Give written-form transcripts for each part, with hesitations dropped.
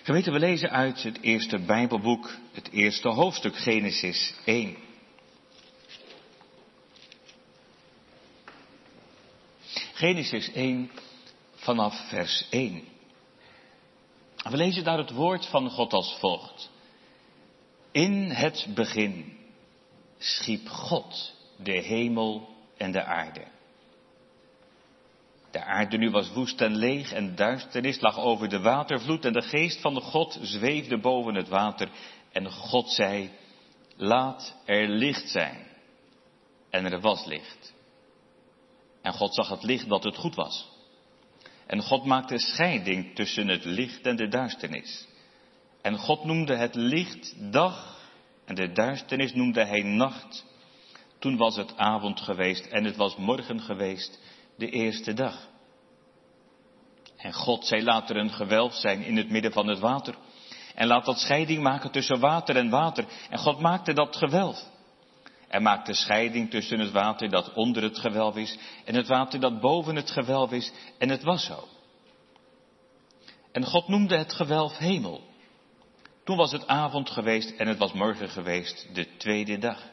Geweten, we lezen uit het eerste Bijbelboek, het eerste hoofdstuk, Genesis 1. Genesis 1 vanaf vers 1. We lezen daar het woord van God als volgt. In het begin schiep God de hemel en de aarde. De aarde nu was woest en leeg en duisternis lag over de watervloed en de geest van de God zweefde boven het water. En God zei, laat er licht zijn. En er was licht. En God zag het licht dat het goed was. En God maakte scheiding tussen het licht en de duisternis. En God noemde het licht dag en de duisternis noemde hij nacht. Toen was het avond geweest en het was morgen geweest, de eerste dag. En God zei, laat er een gewelf zijn in het midden van het water. En laat dat scheiding maken tussen water en water. En God maakte dat gewelf. En maakte scheiding tussen het water dat onder het gewelf is en het water dat boven het gewelf is. En het was zo. En God noemde het gewelf hemel. Toen was het avond geweest en het was morgen geweest, de tweede dag.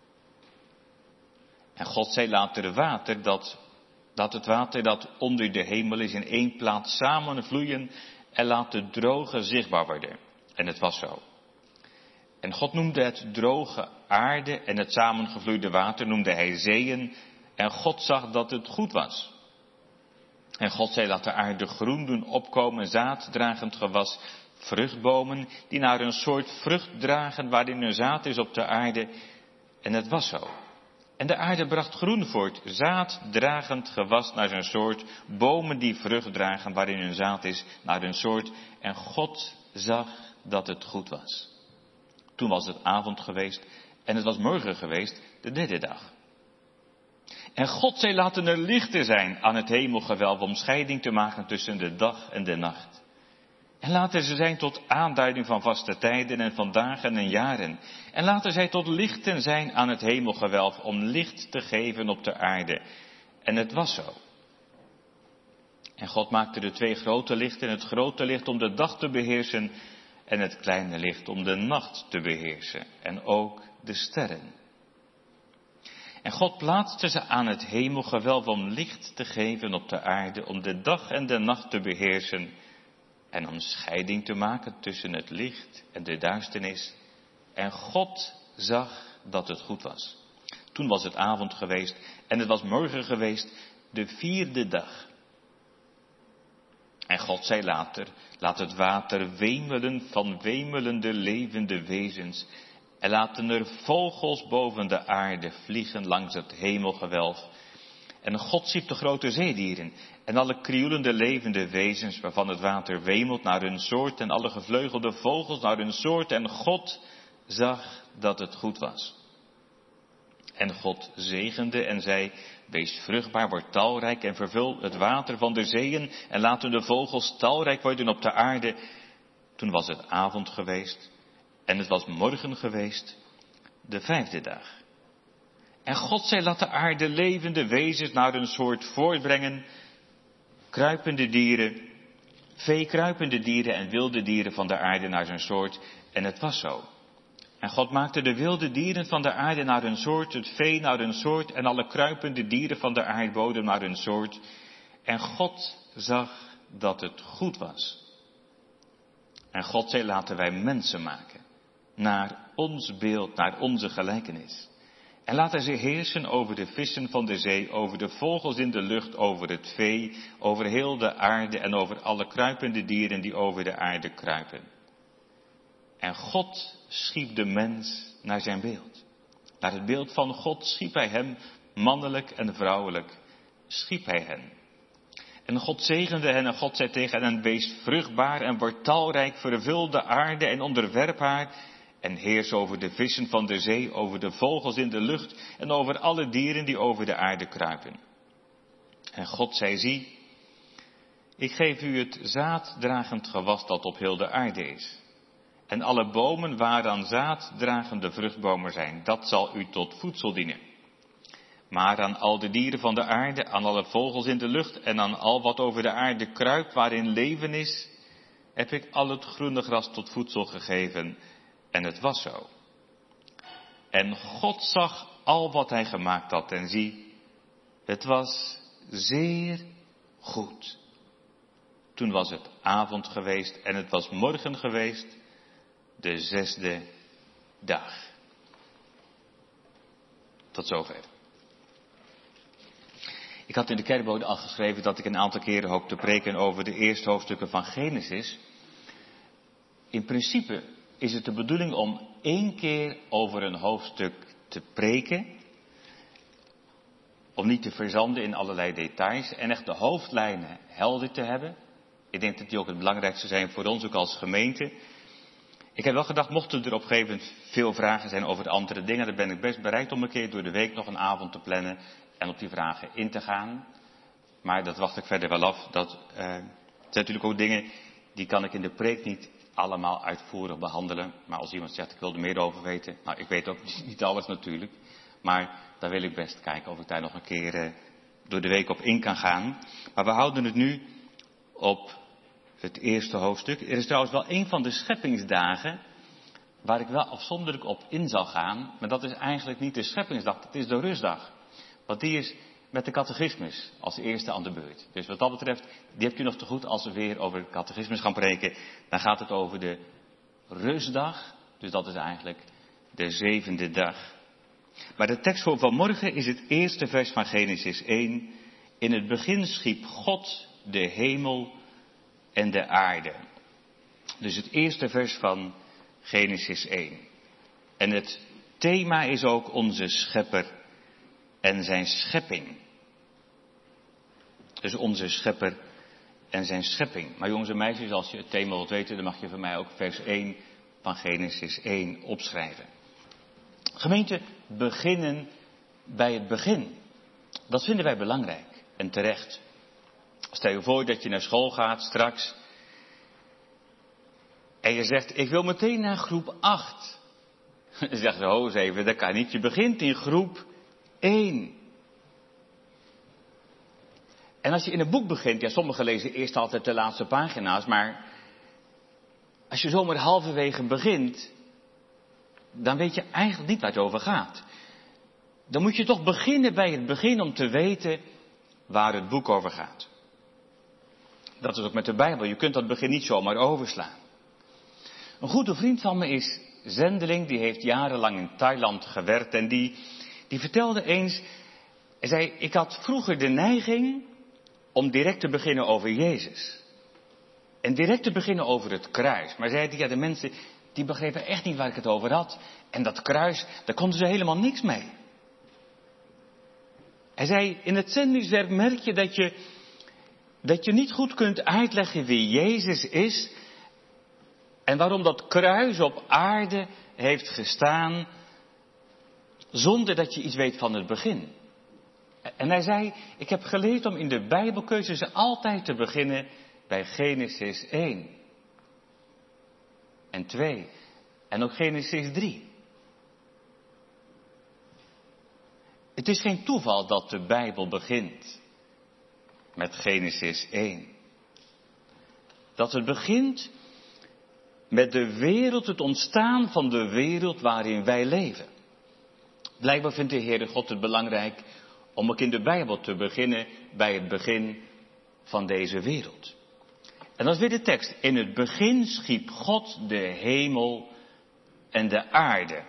En God zei, laat er water dat het water dat onder de hemel is in één plaats samenvloeien en laat het droge zichtbaar worden. En het was zo. En God noemde het droge aarde en het samengevloeide water noemde hij zeeën. En God zag dat het goed was. En God zei, laat de aarde groen doen opkomen, zaaddragend gewas, vruchtbomen die naar een soort vrucht dragen waarin een zaad is op de aarde. En het was zo. En de aarde bracht groen voort, zaaddragend gewas naar zijn soort, bomen die vrucht dragen waarin hun zaad is naar hun soort. En God zag dat het goed was. Toen was het avond geweest en het was morgen geweest, de derde dag. En God zei, laten er lichten zijn aan het hemelgewelf om scheiding te maken tussen de dag en de nacht. En laten ze zijn tot aanduiding van vaste tijden en van dagen en jaren. En laten zij tot lichten zijn aan het hemelgewelf om licht te geven op de aarde. En het was zo. En God maakte de twee grote lichten, het grote licht om de dag te beheersen en het kleine licht om de nacht te beheersen. En ook de sterren. En God plaatste ze aan het hemelgewelf om licht te geven op de aarde, om de dag en de nacht te beheersen. En om scheiding te maken tussen het licht en de duisternis. En God zag dat het goed was. Toen was het avond geweest en het was morgen geweest, de vierde dag. En God zei later, laat het water wemelen van wemelende levende wezens. En laten er vogels boven de aarde vliegen langs het hemelgewelf. En God schiep de grote zeedieren en alle krioelende levende wezens waarvan het water wemelt naar hun soort en alle gevleugelde vogels naar hun soort. En God zag dat het goed was. En God zegende en zei, wees vruchtbaar, word talrijk en vervul het water van de zeeën en laten de vogels talrijk worden op de aarde. Toen was het avond geweest en het was morgen geweest, de vijfde dag. En God zei, laat de aarde levende wezens naar hun soort voortbrengen, kruipende dieren, veekruipende dieren en wilde dieren van de aarde naar zijn soort. En het was zo. En God maakte de wilde dieren van de aarde naar hun soort, het vee naar hun soort en alle kruipende dieren van de aardbodem naar hun soort. En God zag dat het goed was. En God zei, laten wij mensen maken, naar ons beeld, naar onze gelijkenis. En laten ze heersen over de vissen van de zee, over de vogels in de lucht, over het vee, over heel de aarde en over alle kruipende dieren die over de aarde kruipen. En God schiep de mens naar zijn beeld. Naar het beeld van God schiep hij hem, mannelijk en vrouwelijk, schiep hij hen. En God zegende hen en God zei tegen hen, wees vruchtbaar en word talrijk, vervul de aarde en onderwerp haar. En heers over de vissen van de zee, over de vogels in de lucht en over alle dieren die over de aarde kruipen. En God zei, zie, ik geef u het zaaddragend gewas dat op heel de aarde is. En alle bomen waaraan zaaddragende vruchtbomen zijn, dat zal u tot voedsel dienen. Maar aan al de dieren van de aarde, aan alle vogels in de lucht en aan al wat over de aarde kruipt waarin leven is, heb ik al het groene gras tot voedsel gegeven. En het was zo. En God zag al wat hij gemaakt had. En zie, het was zeer goed. Toen was het avond geweest en het was morgen geweest, de 6e dag. Tot zover. Ik had in de kerkbode al geschreven dat ik een aantal keren hoop te preken over de eerste hoofdstukken van Genesis. In principe is het de bedoeling om 1 keer over een hoofdstuk te preken. Om niet te verzanden in allerlei details en echt de hoofdlijnen helder te hebben. Ik denk dat die ook het belangrijkste zijn voor ons, ook als gemeente. Ik heb wel gedacht, mochten er op een gegeven moment veel vragen zijn over andere dingen, dan ben ik best bereid om een keer door de week nog een avond te plannen en op die vragen in te gaan. Maar dat wacht ik verder wel af. Dat zijn natuurlijk ook dingen, die kan ik in de preek niet allemaal uitvoerig behandelen. Maar als iemand zegt, ik wil er meer over weten. Nou, ik weet ook niet alles natuurlijk. Maar dan wil ik best kijken of ik daar nog een keer door de week op in kan gaan. Maar we houden het nu op het eerste hoofdstuk. Er is trouwens wel een van de scheppingsdagen waar ik wel afzonderlijk op in zal gaan. Maar dat is eigenlijk niet de scheppingsdag, dat is de rustdag. Want die is met de catechismus als eerste aan de beurt. Dus wat dat betreft, die hebt u nog te goed als we weer over de catechismus gaan preken. Dan gaat het over de rustdag. Dus dat is eigenlijk de 7e dag. Maar de tekst voor vanmorgen is het eerste vers van Genesis 1. In het begin schiep God de hemel en de aarde. Dus het eerste vers van Genesis 1. En het thema is ook onze schepper en zijn schepping. Dus onze schepper en zijn schepping. Maar jongens en meisjes, als je het thema wilt weten, dan mag je voor mij ook vers 1 van Genesis 1 opschrijven. Gemeente, beginnen bij het begin. Dat vinden wij belangrijk en terecht. Stel je voor dat je naar school gaat straks. En je zegt, ik wil meteen naar groep 8. Dan zegt ze, ho eens even, dat kan niet. Je begint in groep 1. En als je in een boek begint, ja, sommigen lezen eerst altijd de laatste pagina's, maar als je zomaar halverwege begint, dan weet je eigenlijk niet waar het over gaat. Dan moet je toch beginnen bij het begin om te weten waar het boek over gaat. Dat is ook met de Bijbel. Je kunt dat begin niet zomaar overslaan. Een goede vriend van me is zendeling, die heeft jarenlang in Thailand gewerkt en die vertelde eens, hij zei, ik had vroeger de neiging om direct te beginnen over Jezus. En direct te beginnen over het kruis. Maar zei hij, ja, de mensen, die begrepen echt niet waar ik het over had. En dat kruis, daar konden ze helemaal niks mee. Hij zei, in het zendingswerk merk je dat je niet goed kunt uitleggen wie Jezus is en waarom dat kruis op aarde heeft gestaan zonder dat je iets weet van het begin. En hij zei, ik heb geleerd om in de Bijbelkeuzes altijd te beginnen bij Genesis 1 en 2 en ook Genesis 3. Het is geen toeval dat de Bijbel begint met Genesis 1. Dat het begint met de wereld, het ontstaan van de wereld waarin wij leven. Blijkbaar vindt de Heere God het belangrijk om ook in de Bijbel te beginnen bij het begin van deze wereld. En dat is weer de tekst. In het begin schiep God de hemel en de aarde.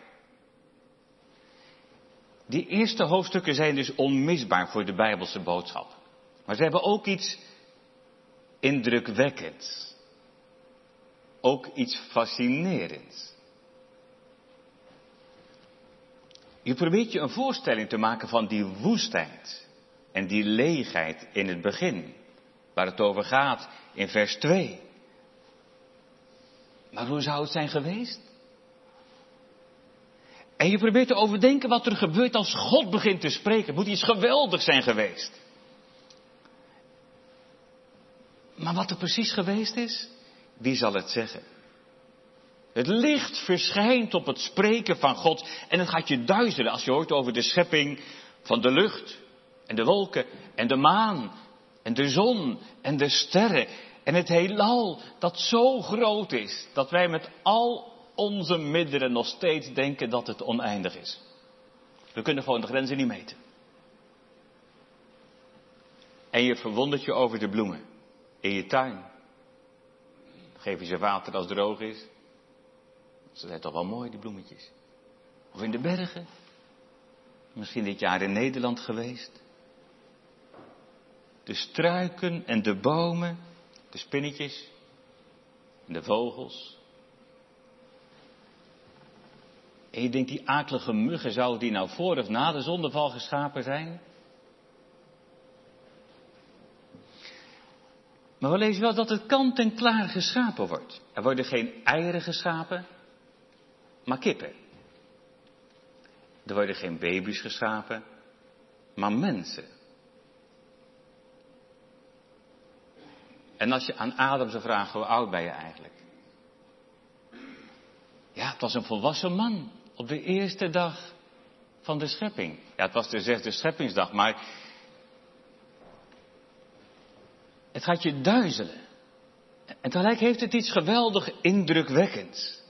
Die eerste hoofdstukken zijn dus onmisbaar voor de Bijbelse boodschap. Maar ze hebben ook iets indrukwekkends. Ook iets fascinerends. Je probeert je een voorstelling te maken van die woestheid en die leegheid in het begin. Waar het over gaat in vers 2. Maar hoe zou het zijn geweest? En je probeert te overdenken wat er gebeurt als God begint te spreken. Het moet iets geweldigs zijn geweest. Maar wat er precies geweest is, wie zal het zeggen? Het licht verschijnt op het spreken van God en het gaat je duizelen als je hoort over de schepping van de lucht en de wolken en de maan en de zon en de sterren. En het heelal dat zo groot is, dat wij met al onze middelen nog steeds denken dat het oneindig is. We kunnen gewoon de grenzen niet meten. En je verwondert je over de bloemen in je tuin. Geef je ze water als het droog is. Ze zijn toch wel mooi, die bloemetjes. Of in de bergen. Misschien dit jaar in Nederland geweest. De struiken en de bomen, de spinnetjes en de vogels. En je denkt, die akelige muggen, zouden die nou voor of na de zondeval geschapen zijn? Maar we lezen wel dat het kant en klaar geschapen wordt. Er worden geen eieren geschapen, maar kippen. Er worden geen baby's geschapen, maar mensen. En als je aan Adam zou vragen, hoe oud ben je eigenlijk? Ja, het was een volwassen man op de eerste dag van de schepping. Ja, het was de 6e scheppingsdag, maar het gaat je duizelen. En tegelijk heeft het iets geweldig indrukwekkends.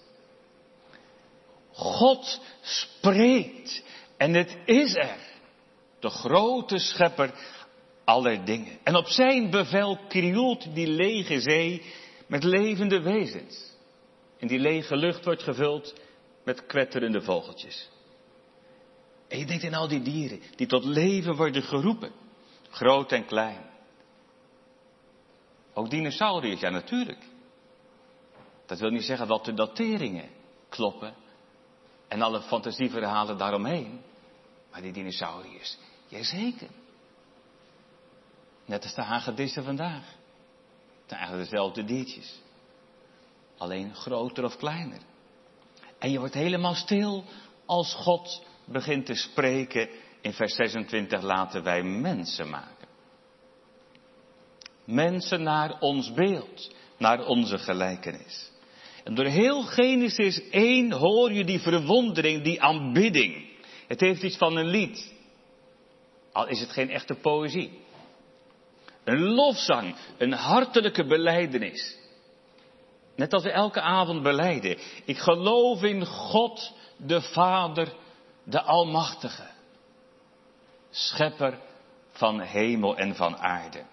God spreekt en het is er. De grote schepper aller dingen. En op zijn bevel krioelt die lege zee met levende wezens. En die lege lucht wordt gevuld met kwetterende vogeltjes. En je denkt aan al die dieren die tot leven worden geroepen. Groot en klein. Ook dinosauriërs, ja natuurlijk. Dat wil niet zeggen dat de dateringen kloppen. En alle fantasieverhalen daaromheen. Maar die dinosauriërs, jazeker. Net als de hagedissen vandaag. Het zijn eigenlijk dezelfde diertjes. Alleen groter of kleiner. En je wordt helemaal stil als God begint te spreken. In vers 26 laten wij mensen maken. Mensen naar ons beeld, naar onze gelijkenis. En door heel Genesis 1 hoor je die verwondering, die aanbidding. Het heeft iets van een lied. Al is het geen echte poëzie. Een lofzang, een hartelijke belijdenis. Net als we elke avond belijden. Ik geloof in God, de Vader, de Almachtige. Schepper van hemel en van aarde.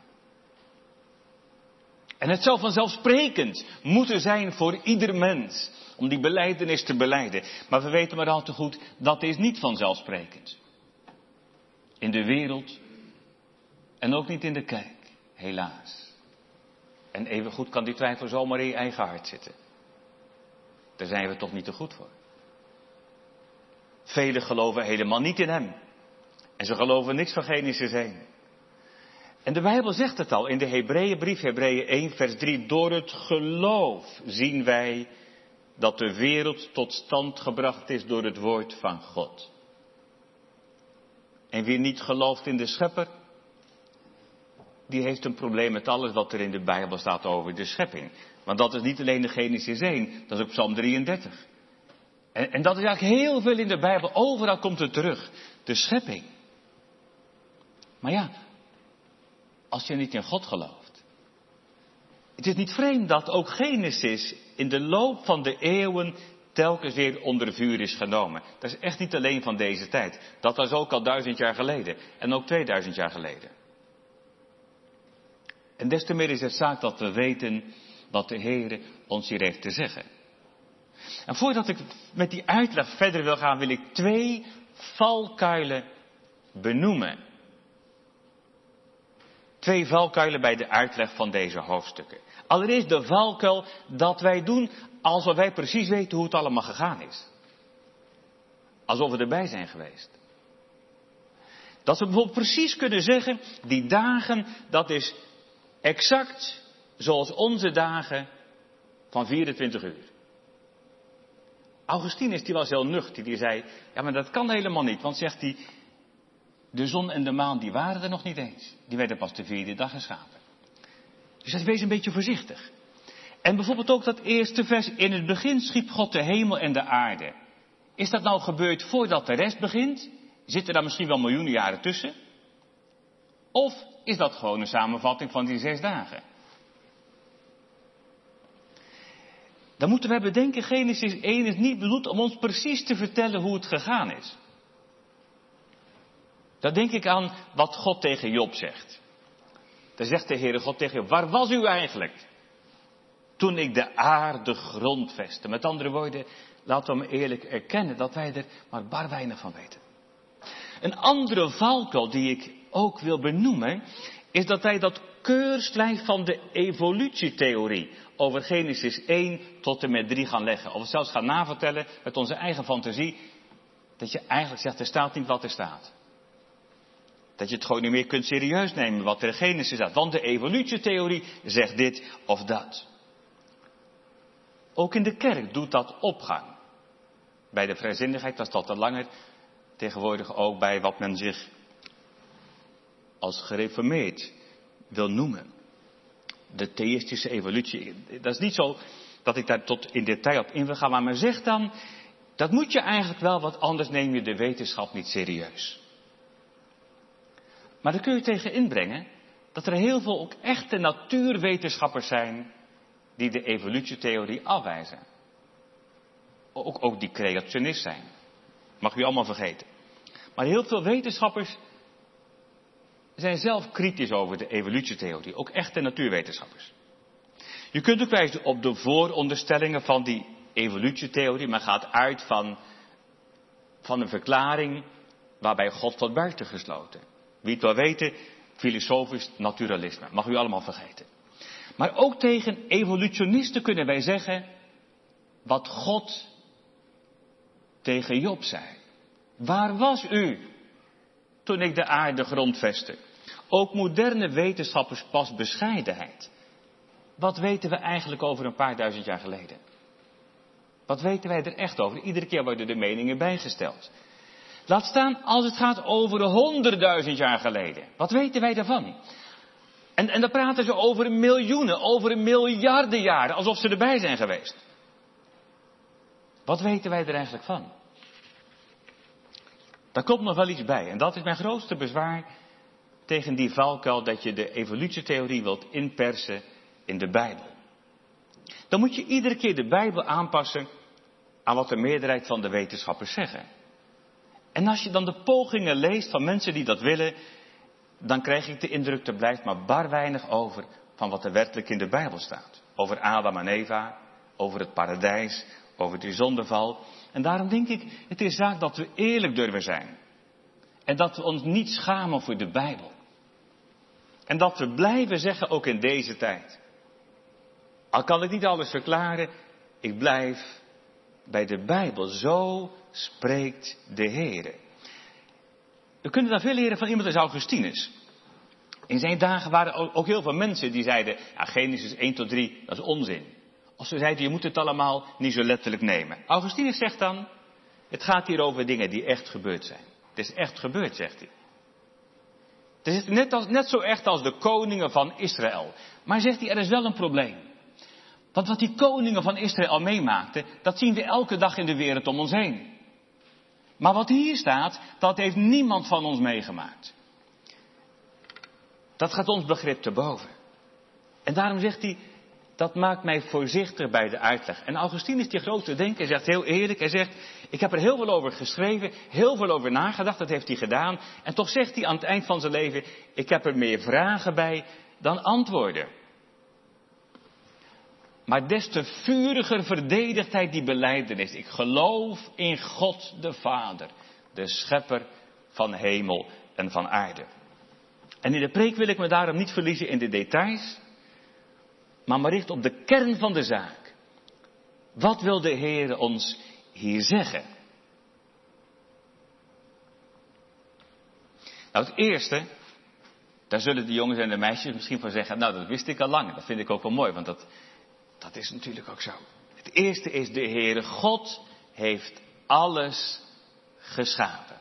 En het zou vanzelfsprekend moeten zijn voor ieder mens om die belijdenis te belijden. Maar we weten maar al te goed, dat is niet vanzelfsprekend. In de wereld en ook niet in de kerk, helaas. En evengoed kan die twijfel zomaar in je eigen hart zitten. Daar zijn we toch niet te goed voor. Velen geloven helemaal niet in hem. En ze geloven niks van Genesis 1. En de Bijbel zegt het al in de Hebreeënbrief, Hebreeën 1 vers 3. Door het geloof zien wij dat de wereld tot stand gebracht is door het woord van God. En wie niet gelooft in de schepper, die heeft een probleem met alles wat er in de Bijbel staat over de schepping. Want dat is niet alleen de Genesis 1, dat is ook Psalm 33. En dat is eigenlijk heel veel in de Bijbel, overal komt het terug. De schepping. Maar ja, als je niet in God gelooft. Het is niet vreemd dat ook Genesis in de loop van de eeuwen telkens weer onder vuur is genomen. Dat is echt niet alleen van deze tijd. Dat was ook al 1000 jaar geleden. En ook 2000 jaar geleden. En des te meer is het zaak dat we weten wat de Heer ons hier heeft te zeggen. En voordat ik met die uitleg verder wil gaan, wil ik 2 valkuilen benoemen. 2 valkuilen bij de uitleg van deze hoofdstukken. Allereerst de valkuil dat wij doen alsof wij precies weten hoe het allemaal gegaan is. Alsof we erbij zijn geweest. Dat we bijvoorbeeld precies kunnen zeggen, die dagen, dat is exact zoals onze dagen van 24 uur. Augustinus die was heel nuchter, die zei, ja maar dat kan helemaal niet, want zegt hij, de zon en de maan die waren er nog niet eens. Die werden pas de 4e dag geschapen. Dus dat wees een beetje voorzichtig. En bijvoorbeeld ook dat eerste vers, in het begin schiep God de hemel en de aarde. Is dat nou gebeurd voordat de rest begint? Zitten daar misschien wel miljoenen jaren tussen? Of is dat gewoon een samenvatting van die 6 dagen? Dan moeten wij bedenken, Genesis 1 is niet bedoeld om ons precies te vertellen hoe het gegaan is. Dan denk ik aan wat God tegen Job zegt. Dan zegt de Heere God tegen Job, waar was u eigenlijk? Toen ik de aarde grondvestte. Met andere woorden, laten we hem eerlijk erkennen dat wij er maar bar weinig van weten. Een andere valkuil die ik ook wil benoemen, is dat wij dat keurslijf van de evolutietheorie over Genesis 1 tot en met 3 gaan leggen. Of zelfs gaan navertellen met onze eigen fantasie, dat je eigenlijk zegt, er staat niet wat er staat. Dat je het gewoon niet meer kunt serieus nemen wat er in Genesis staat. Want de evolutietheorie zegt dit of dat. Ook in de kerk doet dat opgang. Bij de vrijzinnigheid was dat al langer. Tegenwoordig ook bij wat men zich als gereformeerd wil noemen. De theïstische evolutie. Dat is niet zo dat ik daar tot in detail op in wil gaan. Maar men zegt dan, dat moet je eigenlijk wel, want anders neem je de wetenschap niet serieus. Maar daar kun je tegen inbrengen dat er heel veel ook echte natuurwetenschappers zijn die de evolutietheorie afwijzen. Ook die creationist zijn. Mag u allemaal vergeten. Maar heel veel wetenschappers zijn zelf kritisch over de evolutietheorie. Ook echte natuurwetenschappers. Je kunt ook wijzen op de vooronderstellingen van die evolutietheorie. Men gaat uit van een verklaring waarbij God wordt buitengesloten. Wie het wil weten, filosofisch naturalisme. Mag u allemaal vergeten. Maar ook tegen evolutionisten kunnen wij zeggen wat God tegen Job zei. Waar was u toen ik de aarde grondvestte? Ook moderne wetenschappers pas bescheidenheid. Wat weten we eigenlijk over een paar duizend jaar geleden? Wat weten wij er echt over? Iedere keer worden de meningen bijgesteld. Laat staan als het gaat over 100.000 jaar geleden. Wat weten wij daarvan? En dan praten ze over miljoenen, over miljarden jaren, alsof ze erbij zijn geweest. Wat weten wij er eigenlijk van? Daar komt nog wel iets bij. En dat is mijn grootste bezwaar tegen die valkuil dat je de evolutietheorie wilt inpersen in de Bijbel. Dan moet je iedere keer de Bijbel aanpassen aan wat de meerderheid van de wetenschappers zeggen. En als je dan de pogingen leest van mensen die dat willen, dan krijg ik de indruk, er blijft maar bar weinig over van wat er werkelijk in de Bijbel staat. Over Adam en Eva, over het paradijs, over de zondeval. En daarom denk ik, het is zaak dat we eerlijk durven zijn. En dat we ons niet schamen voor de Bijbel. En dat we blijven zeggen, ook in deze tijd. Al kan ik niet alles verklaren, ik blijf bij de Bijbel. Zo spreekt de Heere. We kunnen daar veel leren van iemand als Augustinus. In zijn dagen waren ook heel veel mensen die zeiden, ja, Genesis 1 tot 3, dat is onzin. Of ze zeiden, je moet het allemaal niet zo letterlijk nemen. Augustinus zegt dan, het gaat hier over dingen die echt gebeurd zijn. Het is echt gebeurd, zegt hij. Het is net zo echt als de koningen van Israël. Maar zegt hij, er is wel een probleem. Want wat die koningen van Israël meemaakten, dat zien we elke dag in de wereld om ons heen. Maar wat hier staat, dat heeft niemand van ons meegemaakt. Dat gaat ons begrip te boven. En daarom zegt hij, dat maakt mij voorzichtig bij de uitleg. En Augustinus, die grote denker, zegt heel eerlijk, hij zegt, ik heb er heel veel over geschreven, heel veel over nagedacht, dat heeft hij gedaan. En toch zegt hij aan het eind van zijn leven, ik heb er meer vragen bij dan antwoorden. Maar des te vuriger verdedigt hij die belijdenis. Ik geloof in God de Vader, de schepper van hemel en van aarde. En in de preek wil ik me daarom niet verliezen in de details, maar me richten op de kern van de zaak. Wat wil de Heer ons hier zeggen? Nou, het eerste, daar zullen de jongens en de meisjes misschien van zeggen, nou, dat wist ik al lang. Dat vind ik ook wel mooi, want dat is natuurlijk ook zo. Het eerste is, de Heere God heeft alles geschapen.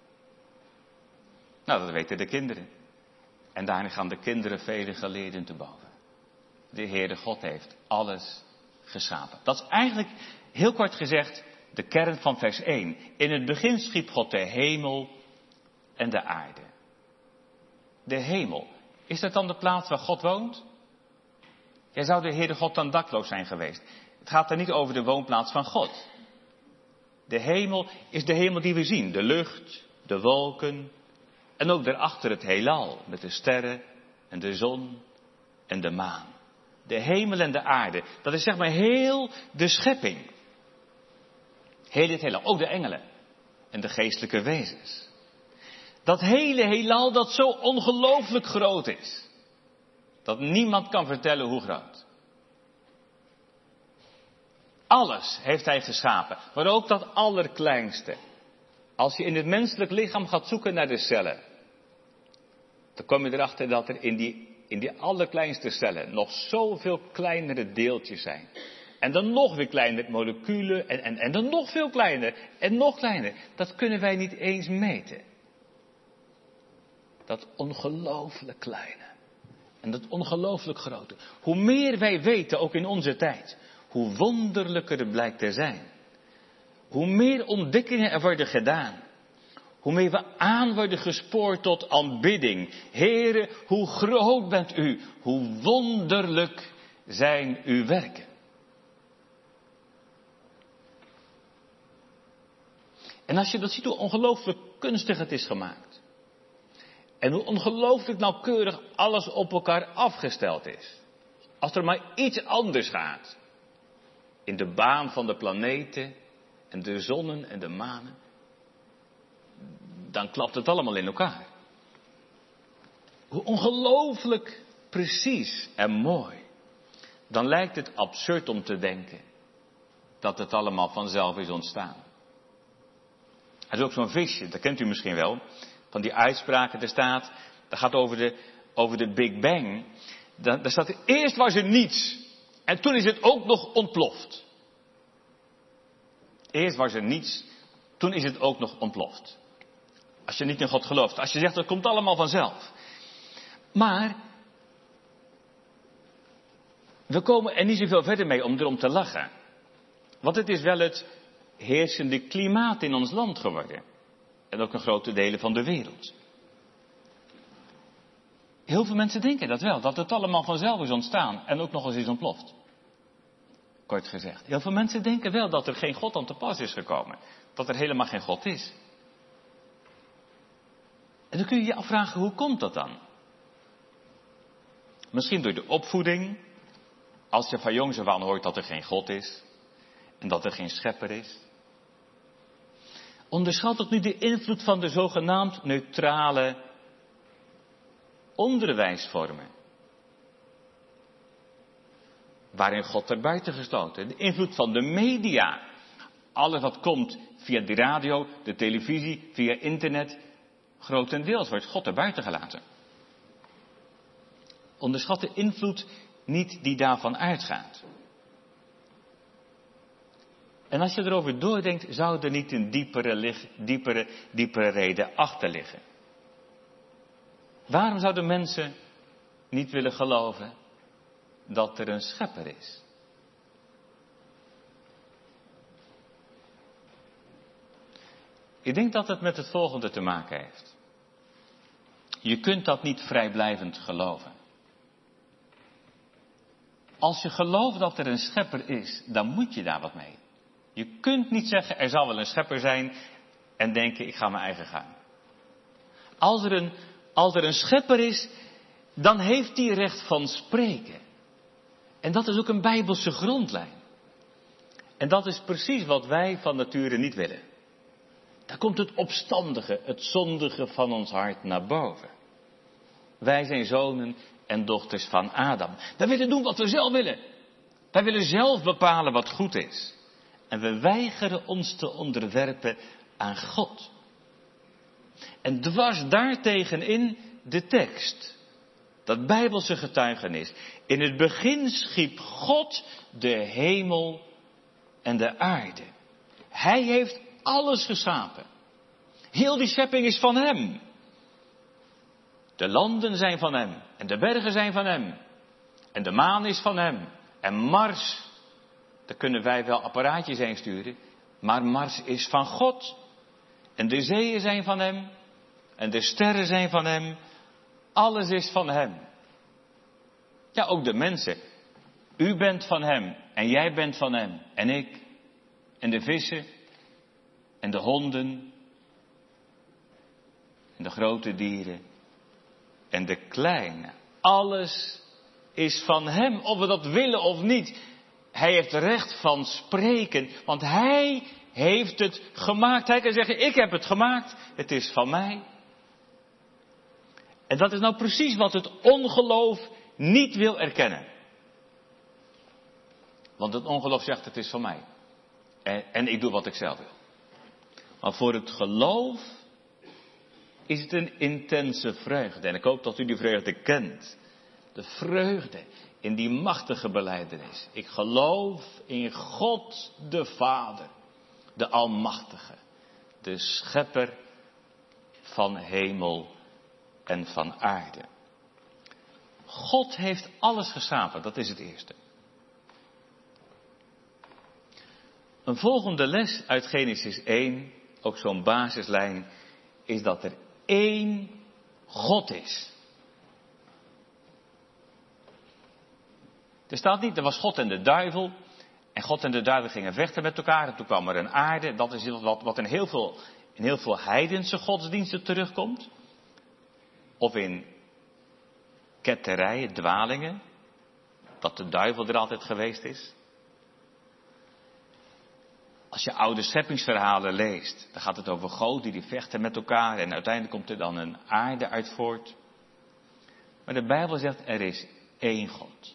Nou, dat weten de kinderen. En daarin gaan de kinderen vele geleerden te boven. De Heere God heeft alles geschapen. Dat is eigenlijk, heel kort gezegd, de kern van vers 1. In het begin schiep God de hemel en de aarde. De hemel. Is dat dan de plaats waar God woont? Jij zou de Heere God dan dakloos zijn geweest. Het gaat er niet over de woonplaats van God. De hemel is de hemel die we zien. De lucht, de wolken en ook daarachter het heelal. Met de sterren en de zon en de maan. De hemel en de aarde. Dat is zeg maar heel de schepping. Heel het heelal. Ook de engelen en de geestelijke wezens. Dat hele heelal dat zo ongelooflijk groot is. Dat niemand kan vertellen hoe groot. Alles heeft hij geschapen. Maar ook dat allerkleinste. Als je in het menselijk lichaam gaat zoeken naar de cellen. Dan kom je erachter dat er in die allerkleinste cellen nog zoveel kleinere deeltjes zijn. En dan nog weer kleinere moleculen. En dan nog veel kleiner. En nog kleiner. Dat kunnen wij niet eens meten. Dat ongelooflijk kleine. En dat ongelooflijk grote. Hoe meer wij weten, ook in onze tijd. Hoe wonderlijker het blijkt te zijn. Hoe meer ontdekkingen er worden gedaan. Hoe meer we aan worden gespoord tot aanbidding. Heere, hoe groot bent u. Hoe wonderlijk zijn uw werken. En als je dat ziet, hoe ongelooflijk kunstig het is gemaakt. En hoe ongelooflijk nauwkeurig alles op elkaar afgesteld is. Als er maar iets anders gaat. In de baan van de planeten en de zonnen en de manen. Dan klapt het allemaal in elkaar. Hoe ongelooflijk precies en mooi. Dan lijkt het absurd om te denken dat het allemaal vanzelf is ontstaan. Er is ook zo'n visje, dat kent u misschien wel. Van die uitspraken, er staat, dat gaat over de Big Bang. Daar staat, eerst was er niets. En toen is het ook nog ontploft. Eerst was er niets, toen is het ook nog ontploft. Als je niet in God gelooft. Als je zegt, dat komt allemaal vanzelf. Maar, we komen er niet zoveel verder mee om erom te lachen. Want het is wel het heersende klimaat in ons land geworden. En ook in grote delen van de wereld. Heel veel mensen denken dat wel, dat het allemaal vanzelf is ontstaan en ook nog eens is ontploft. Kort gezegd. Heel veel mensen denken wel dat er geen God aan te pas is gekomen. Dat er helemaal geen God is. En dan kun je je afvragen, hoe komt dat dan? Misschien door de opvoeding. Als je van jongs af aan hoort dat er geen God is. En dat er geen schepper is. Onderschat ook niet de invloed van de zogenaamd neutrale onderwijsvormen. Waarin God er buiten gesloten. De invloed van de media. Alles wat komt via de radio, de televisie, via internet. Grotendeels wordt God er buiten gelaten. Onderschat de invloed niet die daarvan uitgaat. En als je erover doordenkt, zou er niet een diepere reden achter liggen. Waarom zouden mensen niet willen geloven dat er een schepper is? Ik denk dat het met het volgende te maken heeft. Je kunt dat niet vrijblijvend geloven. Als je gelooft dat er een schepper is, dan moet je daar wat mee. Je kunt niet zeggen, er zal wel een schepper zijn en denken, ik ga mijn eigen gang. Als er een schepper is, dan heeft hij recht van spreken. En dat is ook een Bijbelse grondlijn. En dat is precies wat wij van nature niet willen. Daar komt het opstandige, het zondige van ons hart naar boven. Wij zijn zonen en dochters van Adam. Wij willen doen wat we zelf willen. Wij willen zelf bepalen wat goed is. En we weigeren ons te onderwerpen aan God. En dwars daartegenin de tekst. Dat Bijbelse getuigenis. In het begin schiep God de hemel en de aarde. Hij heeft alles geschapen. Heel die schepping is van hem. De landen zijn van hem. En de bergen zijn van hem. En de maan is van hem. En Mars, daar kunnen wij wel apparaatjes heen sturen. Maar Mars is van God. En de zeeën zijn van hem. En de sterren zijn van hem. Alles is van hem. Ja, ook de mensen. U bent van hem en jij bent van hem en ik en de vissen en de honden en de grote dieren en de kleine. Alles is van hem, of we dat willen of niet. Hij heeft recht van spreken, want hij heeft het gemaakt. Hij kan zeggen, ik heb het gemaakt, het is van mij. En dat is nou precies wat het ongeloof niet wil erkennen. Want het ongeloof zegt, het is van mij. En ik doe wat ik zelf wil. Maar voor het geloof is het een intense vreugde. En ik hoop dat u die vreugde kent. De vreugde in die machtige belijdenis. Ik geloof in God de Vader, de Almachtige, de Schepper van hemel en van aarde. God heeft alles geschapen, dat is het eerste. Een volgende les uit Genesis 1, ook zo'n basislijn, is dat er één God is. Er staat niet, er was God en de duivel. En God en de duivel gingen vechten met elkaar. En toen kwam er een aarde. Dat is wat in heel veel heidense godsdiensten terugkomt. Of in ketterijen, dwalingen. Dat de duivel er altijd geweest is. Als je oude scheppingsverhalen leest, dan gaat het over goden die vechten met elkaar. En uiteindelijk komt er dan een aarde uit voort. Maar de Bijbel zegt, er is één God.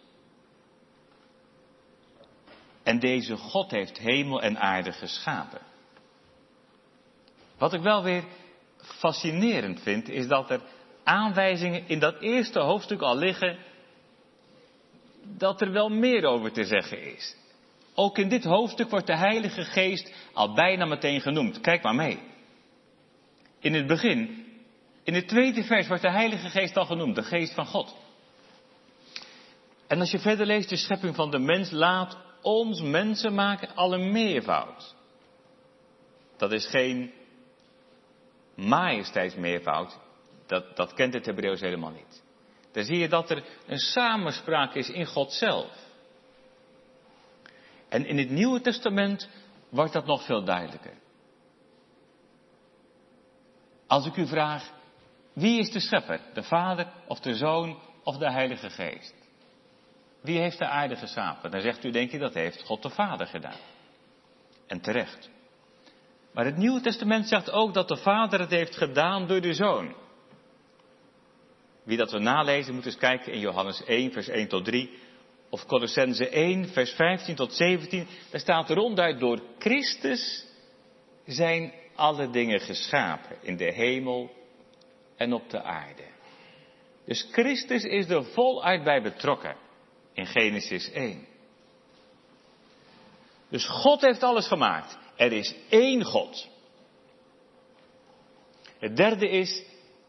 En deze God heeft hemel en aarde geschapen. Wat ik wel weer fascinerend vind, is dat er aanwijzingen in dat eerste hoofdstuk al liggen, dat er wel meer over te zeggen is. Ook in dit hoofdstuk wordt de Heilige Geest al bijna meteen genoemd. Kijk maar mee. In het begin, in het tweede vers wordt de Heilige Geest al genoemd, de Geest van God. En als je verder leest, de schepping van de mens laat ons mensen maken al een meervoud. Dat is geen majesteitsmeervoud. Dat kent het Hebreeuws helemaal niet. Dan zie je dat er een samenspraak is in God zelf. En in het Nieuwe Testament wordt dat nog veel duidelijker. Als ik u vraag, wie is de schepper? De Vader of de Zoon of de Heilige Geest? Wie heeft de aarde geschapen? Dan zegt u, denk je, dat heeft God de Vader gedaan. En terecht. Maar het Nieuwe Testament zegt ook dat de Vader het heeft gedaan door de Zoon. Wie dat we nalezen, moet eens kijken in Johannes 1, vers 1 tot 3. Of Colossenzen 1, vers 15 tot 17. Daar staat ronduit, door Christus zijn alle dingen geschapen. In de hemel en op de aarde. Dus Christus is er voluit bij betrokken. In Genesis 1. Dus God heeft alles gemaakt. Er is één God. Het derde is,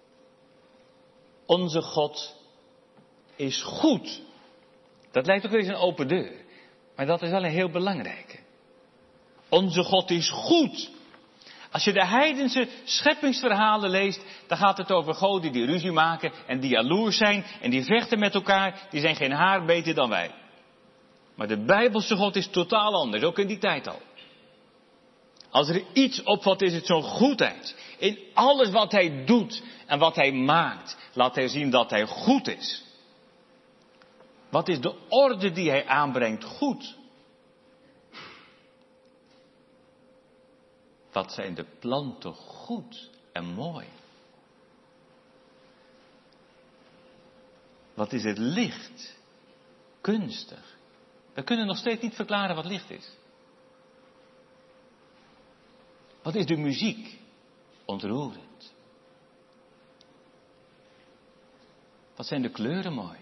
onze God is goed. Dat lijkt ook weer eens een open deur. Maar dat is wel een heel belangrijke. Onze God is goed. Als je de heidense scheppingsverhalen leest, dan gaat het over goden die ruzie maken en die jaloers zijn en die vechten met elkaar. Die zijn geen haar beter dan wij. Maar de Bijbelse God is totaal anders, ook in die tijd al. Als er iets opvalt, is het zo'n goedheid. In alles wat hij doet en wat hij maakt, laat hij zien dat hij goed is. Wat is de orde die hij aanbrengt goed? Wat zijn de planten goed en mooi? Wat is het licht? Kunstig. We kunnen nog steeds niet verklaren wat licht is. Wat is de muziek? Ontroerend. Wat zijn de kleuren mooi?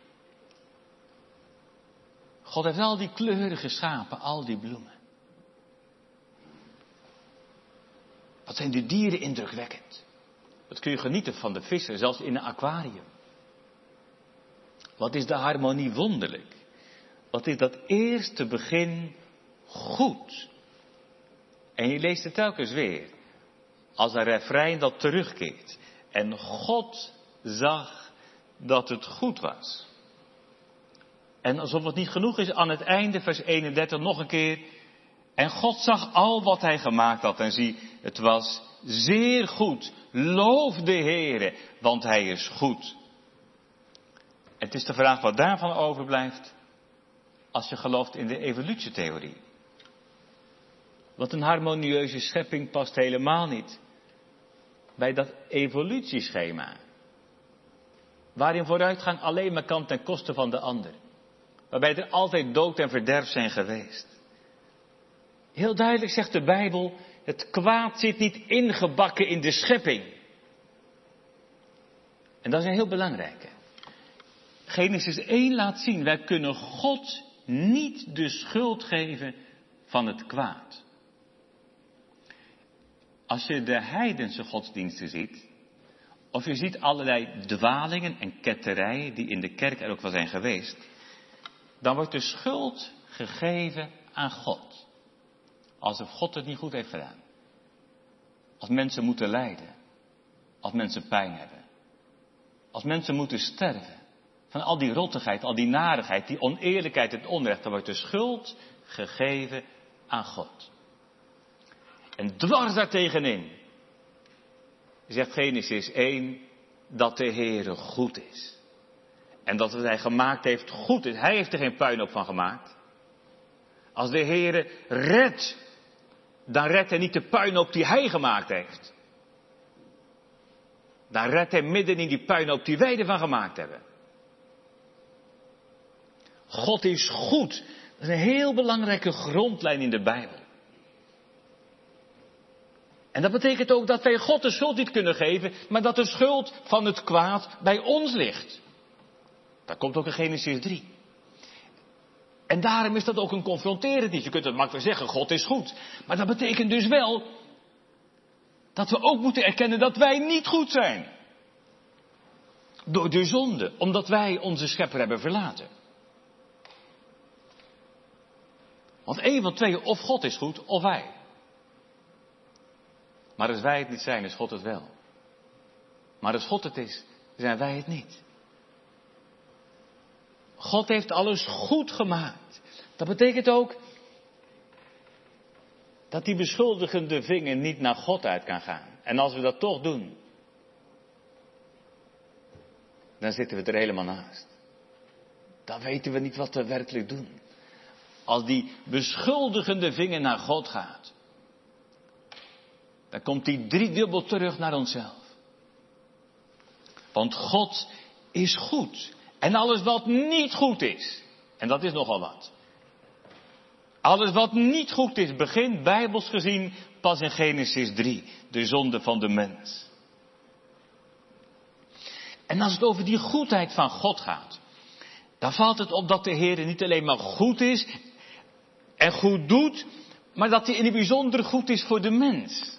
God heeft al die kleuren geschapen, al die bloemen. Wat zijn de dieren indrukwekkend? Wat kun je genieten van de vissen, zelfs in een aquarium. Wat is de harmonie wonderlijk? Wat is dat eerste begin goed? En je leest het telkens weer. Als een refrein dat terugkeert. En God zag dat het goed was. En alsof het niet genoeg is, aan het einde, vers 31, nog een keer. En God zag al wat hij gemaakt had. En zie, het was zeer goed. Loof de Heere, want hij is goed. Het is de vraag wat daarvan overblijft, als je gelooft in de evolutietheorie. Want een harmonieuze schepping past helemaal niet bij dat evolutieschema. Waarin vooruitgang alleen maar kan ten koste van de ander. Waarbij er altijd dood en verderf zijn geweest. Heel duidelijk zegt de Bijbel, het kwaad zit niet ingebakken in de schepping. En dat is een heel belangrijke. Genesis 1 laat zien, wij kunnen God niet de schuld geven van het kwaad. Als je de heidense godsdiensten ziet, of je ziet allerlei dwalingen en ketterijen die in de kerk er ook wel zijn geweest, dan wordt de schuld gegeven aan God. Alsof God het niet goed heeft gedaan. Als mensen moeten lijden. Als mensen pijn hebben. Als mensen moeten sterven. Van al die rottigheid, al die narigheid, die oneerlijkheid en onrecht, dan wordt de schuld gegeven aan God. En dwars daartegenin zegt Genesis 1 dat de Heere goed is. En dat wat hij gemaakt heeft goed is. Hij heeft er geen puinhoop van gemaakt. Als de Heere redt, dan redt hij niet de puinhoop die hij gemaakt heeft. Dan redt hij midden in die puinhoop die wij ervan gemaakt hebben. God is goed. Dat is een heel belangrijke grondlijn in de Bijbel. En dat betekent ook dat wij God de schuld niet kunnen geven, maar dat de schuld van het kwaad bij ons ligt. Dat komt ook in Genesis 3. En daarom is dat ook een confronterend iets. Je kunt het makkelijk zeggen, God is goed. Maar dat betekent dus wel dat we ook moeten erkennen dat wij niet goed zijn. Door de zonde, omdat wij onze schepper hebben verlaten. Want één van twee, of God is goed, of wij. Maar als wij het niet zijn, is God het wel. Maar als God het is, zijn wij het niet. God heeft alles goed gemaakt. Dat betekent ook dat die beschuldigende vinger niet naar God uit kan gaan. En als we dat toch doen, dan zitten we er helemaal naast. Dan weten we niet wat we werkelijk doen. Als die beschuldigende vinger naar God gaat, dan komt die driedubbel terug naar onszelf. Want God is goed. En alles wat niet goed is, en dat is nogal wat. Alles wat niet goed is, begint bijbels gezien pas in Genesis 3. De zonde van de mens. En als het over die goedheid van God gaat, dan valt het op dat de Heer niet alleen maar goed is en goed doet, maar dat hij in het bijzonder goed is voor de mens.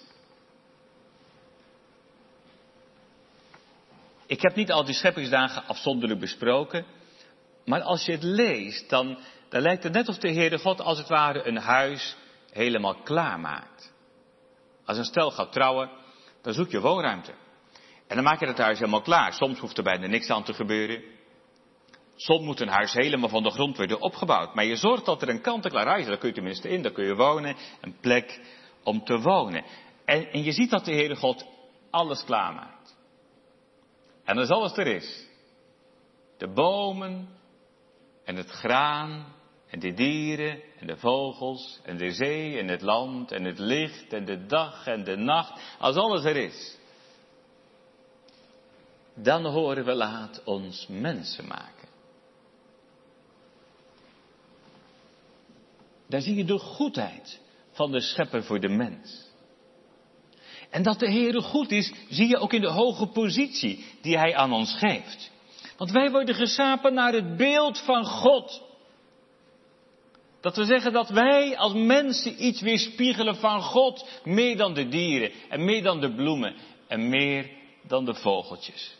Ik heb niet al die scheppingsdagen afzonderlijk besproken, maar als je het leest, dan lijkt het net of de Heere God als het ware een huis helemaal klaar maakt. Als een stel gaat trouwen, dan zoek je woonruimte. En dan maak je het huis helemaal klaar. Soms hoeft er bijna niks aan te gebeuren. Soms moet een huis helemaal van de grond worden opgebouwd. Maar je zorgt dat er een kant-en-klaar huis is. Daar kun je tenminste in, daar kun je wonen. Een plek om te wonen. En je ziet dat de Heere God alles klaarmaakt. En dat is alles er is. De bomen en het graan en de dieren en de vogels en de zee en het land en het licht en de dag en de nacht. Als alles er is. Dan horen we laat ons mensen maken. Daar zie je de goedheid van de schepper voor de mens. En dat de Heere goed is, zie je ook in de hoge positie die hij aan ons geeft. Want wij worden geschapen naar het beeld van God. Dat we zeggen dat wij als mensen iets weerspiegelen van God, meer dan de dieren en meer dan de bloemen en meer dan de vogeltjes.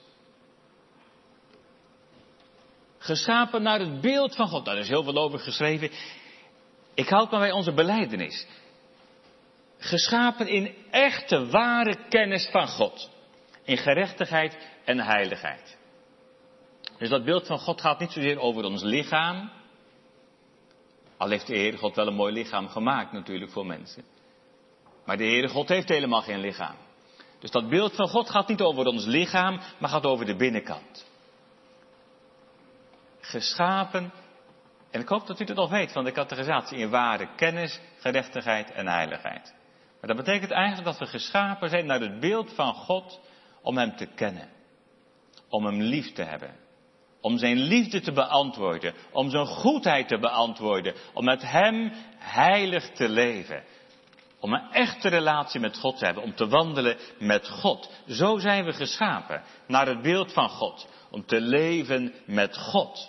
Geschapen naar het beeld van God. Daar is heel veel over geschreven. Ik houd maar bij onze belijdenis. Geschapen in echte, ware kennis van God. In gerechtigheid en heiligheid. Dus dat beeld van God gaat niet zozeer over ons lichaam. Al heeft de Heere God wel een mooi lichaam gemaakt natuurlijk voor mensen. Maar de Heere God heeft helemaal geen lichaam. Dus dat beeld van God gaat niet over ons lichaam, maar gaat over de binnenkant. Geschapen, en ik hoop dat u het al weet van de categorisatie, in ware kennis, gerechtigheid en heiligheid. Maar dat betekent eigenlijk dat we geschapen zijn naar het beeld van God om Hem te kennen. Om Hem lief te hebben. Om Zijn liefde te beantwoorden. Om Zijn goedheid te beantwoorden. Om met Hem heilig te leven. Om een echte relatie met God te hebben. Om te wandelen met God. Zo zijn we geschapen. Naar het beeld van God. Om te leven met God.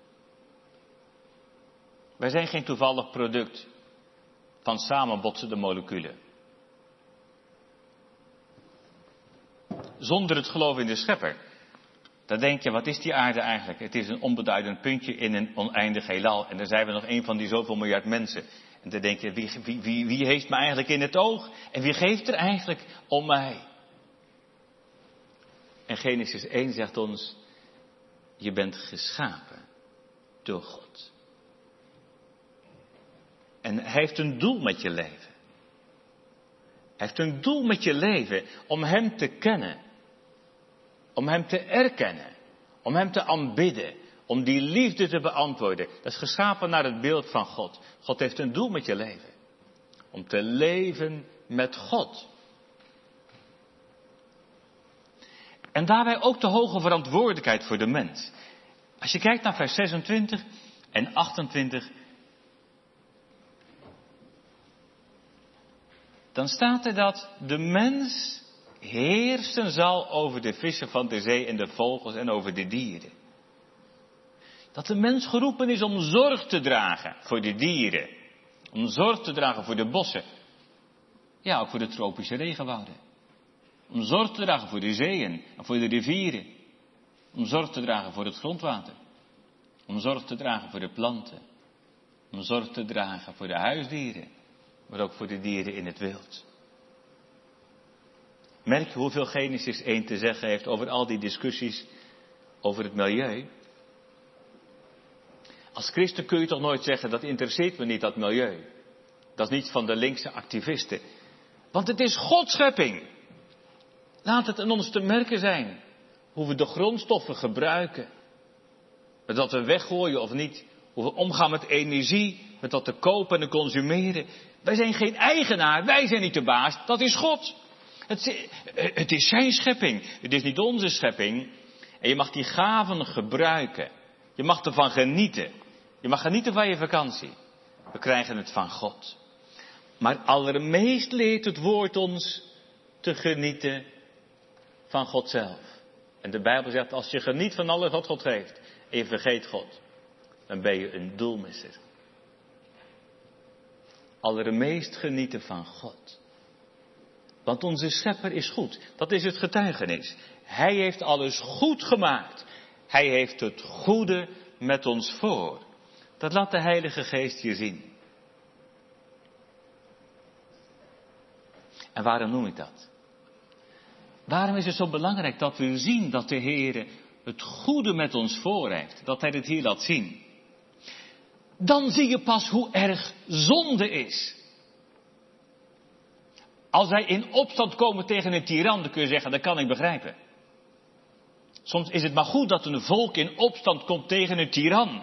Wij zijn geen toevallig product van samenbotsende moleculen. Zonder het geloof in de Schepper. Dan denk je, wat is die aarde eigenlijk? Het is een onbeduidend puntje in een oneindig heelal. En dan zijn we nog een van die zoveel miljard mensen. En dan denk je, wie heeft me eigenlijk in het oog? En wie geeft er eigenlijk om mij? En Genesis 1 zegt ons, je bent geschapen door God. En Hij heeft een doel met je leven. Hij heeft een doel met je leven om Hem te kennen. Om Hem te erkennen. Om Hem te aanbidden. Om die liefde te beantwoorden. Dat is geschapen naar het beeld van God. God heeft een doel met je leven. Om te leven met God. En daarbij ook de hoge verantwoordelijkheid voor de mens. Als je kijkt naar vers 26 en 28. Dan staat er dat de mens heersen zal over de vissen van de zee en de vogels en over de dieren. Dat de mens geroepen is om zorg te dragen voor de dieren. Om zorg te dragen voor de bossen. Ja, ook voor de tropische regenwouden. Om zorg te dragen voor de zeeën en voor de rivieren. Om zorg te dragen voor het grondwater. Om zorg te dragen voor de planten. Om zorg te dragen voor de huisdieren. Maar ook voor de dieren in het wild. Merk je hoeveel Genesis 1 te zeggen heeft over al die discussies over het milieu? Als christen kun je toch nooit zeggen, dat interesseert me niet, dat milieu. Dat is niet van de linkse activisten. Want het is Gods schepping. Laat het aan ons te merken zijn. Hoe we de grondstoffen gebruiken. Met wat we weggooien of niet. Hoe we omgaan met energie. Met wat te kopen en te consumeren. Wij zijn geen eigenaar. Wij zijn niet de baas. Dat is God. Het is zijn schepping. Het is niet onze schepping. En je mag die gaven gebruiken. Je mag ervan genieten. Je mag genieten van je vakantie. We krijgen het van God. Maar allermeest leert het woord ons te genieten van God zelf. En de Bijbel zegt, als je geniet van alles wat God geeft en je vergeet God, dan ben je een doelmisser. Allermeest genieten van God. Want onze schepper is goed. Dat is het getuigenis. Hij heeft alles goed gemaakt. Hij heeft het goede met ons voor. Dat laat de Heilige Geest je zien. En waarom noem ik dat? Waarom is het zo belangrijk dat we zien dat de Heer het goede met ons voor heeft? Dat Hij het hier laat zien. Dan zie je pas hoe erg zonde is. Als wij in opstand komen tegen een tiran, dan kun je zeggen, dat kan ik begrijpen. Soms is het maar goed dat een volk in opstand komt tegen een tiran.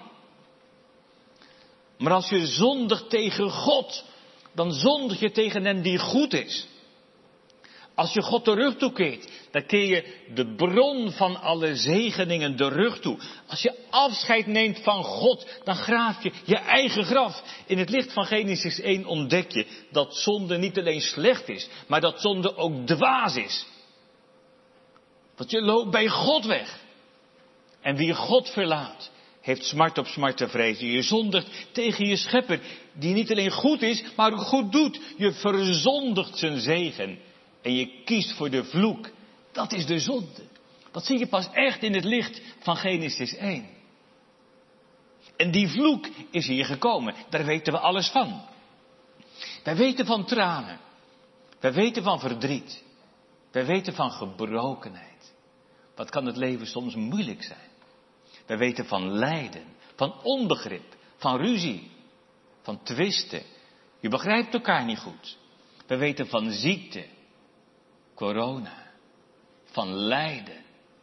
Maar als je zondigt tegen God, dan zondig je tegen hem die goed is. Als je God de rug toekeert, dan keer je de bron van alle zegeningen de rug toe. Als je afscheid neemt van God, dan graaf je je eigen graf. In het licht van Genesis 1 ontdek je dat zonde niet alleen slecht is, maar dat zonde ook dwaas is. Want je loopt bij God weg. En wie God verlaat, heeft smart op smart te vrezen. Je zondigt tegen je schepper, die niet alleen goed is, maar ook goed doet. Je verzondigt zijn zegen. En je kiest voor de vloek. Dat is de zonde. Dat zie je pas echt in het licht van Genesis 1. En die vloek is hier gekomen. Daar weten we alles van. Wij weten van tranen. Wij weten van verdriet. Wij weten van gebrokenheid. Wat kan het leven soms moeilijk zijn. We weten van lijden, van onbegrip, van ruzie, van twisten. Je begrijpt elkaar niet goed. We weten van ziekte, corona, van lijden.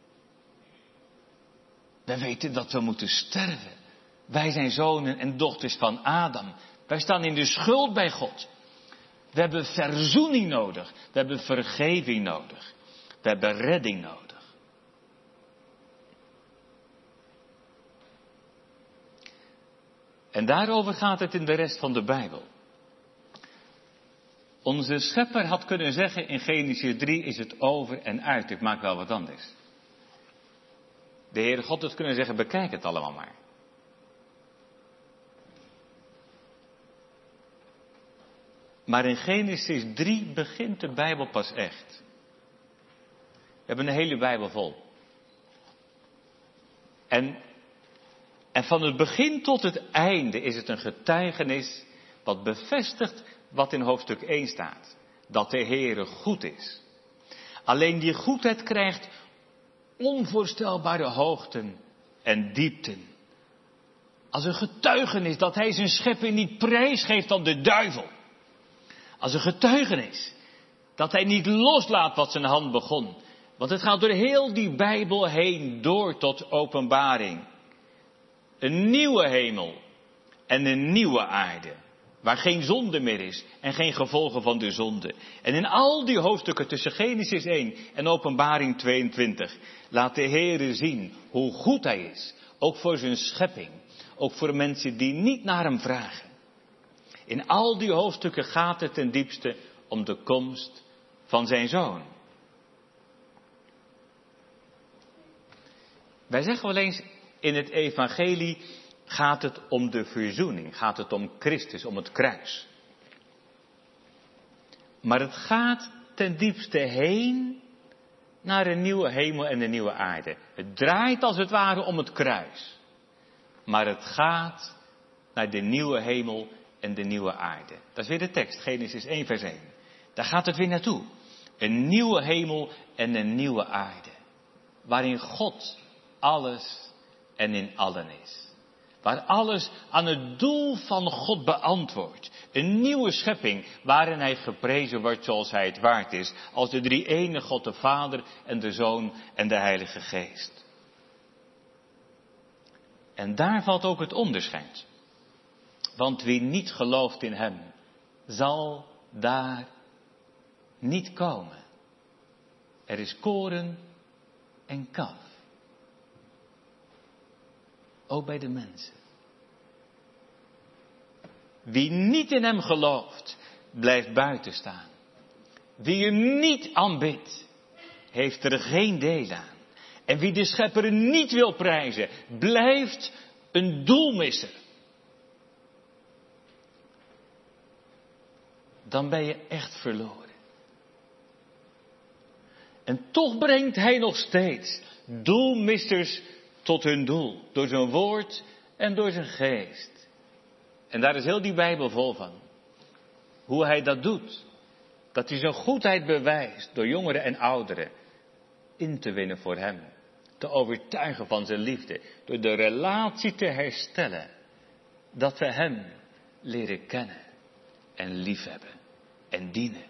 We weten dat we moeten sterven. Wij zijn zonen en dochters van Adam. Wij staan in de schuld bij God. We hebben verzoening nodig. We hebben vergeving nodig. We hebben redding nodig. En daarover gaat het in de rest van de Bijbel. Onze schepper had kunnen zeggen in Genesis 3 is het over en uit. Ik maak wel wat anders. De Heere God had kunnen zeggen, bekijk het allemaal maar. Maar in Genesis 3 begint de Bijbel pas echt. We hebben een hele Bijbel vol. En van het begin tot het einde is het een getuigenis wat bevestigt wat in hoofdstuk 1 staat. Dat de Heere goed is. Alleen die goedheid krijgt onvoorstelbare hoogten en diepten. Als een getuigenis dat hij zijn schepping niet prijsgeeft aan de duivel. Als een getuigenis dat hij niet loslaat wat zijn hand begon. Want het gaat door heel die Bijbel heen door tot Openbaring. Een nieuwe hemel en een nieuwe aarde. Waar geen zonde meer is en geen gevolgen van de zonde. En in al die hoofdstukken tussen Genesis 1 en Openbaring 22 laat de Heere zien hoe goed hij is. Ook voor zijn schepping. Ook voor mensen die niet naar hem vragen. In al die hoofdstukken gaat het ten diepste om de komst van zijn zoon. Wij zeggen wel eens, in het evangelie gaat het om de verzoening, gaat het om Christus, om het kruis. Maar het gaat ten diepste heen naar een nieuwe hemel en een nieuwe aarde. Het draait als het ware om het kruis. Maar het gaat naar de nieuwe hemel en de nieuwe aarde. Dat is weer de tekst, Genesis 1 vers 1. Daar gaat het weer naartoe. Een nieuwe hemel en een nieuwe aarde. Waarin God alles en in allen is. Waar alles aan het doel van God beantwoordt. Een nieuwe schepping waarin hij geprezen wordt zoals hij het waard is. Als de drie-enige God, de Vader en de Zoon en de Heilige Geest. En daar valt ook het onderscheid. Want wie niet gelooft in hem, zal daar niet komen. Er is koren en kaf. Ook bij de mensen. Wie niet in hem gelooft, blijft buiten staan. Wie hem niet aanbidt, heeft er geen deel aan. En wie de schepper niet wil prijzen, blijft een doelmisser. Dan ben je echt verloren. En toch brengt hij nog steeds doelmissers tot hun doel. Door zijn woord en door zijn geest. En daar is heel die Bijbel vol van. Hoe hij dat doet. Dat hij zijn goedheid bewijst door jongeren en ouderen in te winnen voor hem. Te overtuigen van zijn liefde. Door de relatie te herstellen. Dat we hem leren kennen en liefhebben en dienen.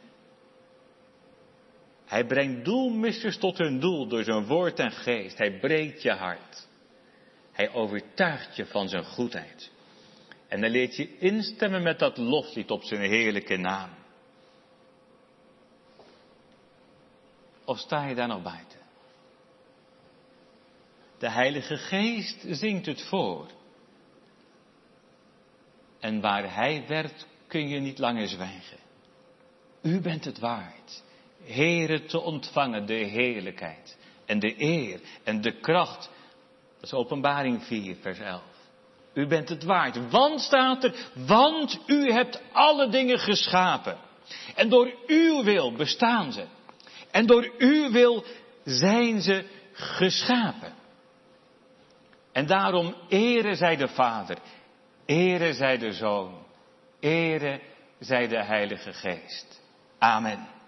Hij brengt doelmissers tot hun doel door zijn woord en geest. Hij breekt je hart. Hij overtuigt je van zijn goedheid. En hij leert je instemmen met dat loflied op zijn heerlijke naam. Of sta je daar nog buiten? De Heilige Geest zingt het voor. En waar hij werkt kun je niet langer zwijgen. U bent het waard, Heere, te ontvangen de heerlijkheid en de eer en de kracht. Dat is Openbaring 4 vers 11. U bent het waard, want staat er, want u hebt alle dingen geschapen. En door uw wil bestaan ze. En door uw wil zijn ze geschapen. En daarom ere zij de Vader, ere zij de Zoon, ere zij de Heilige Geest. Amen.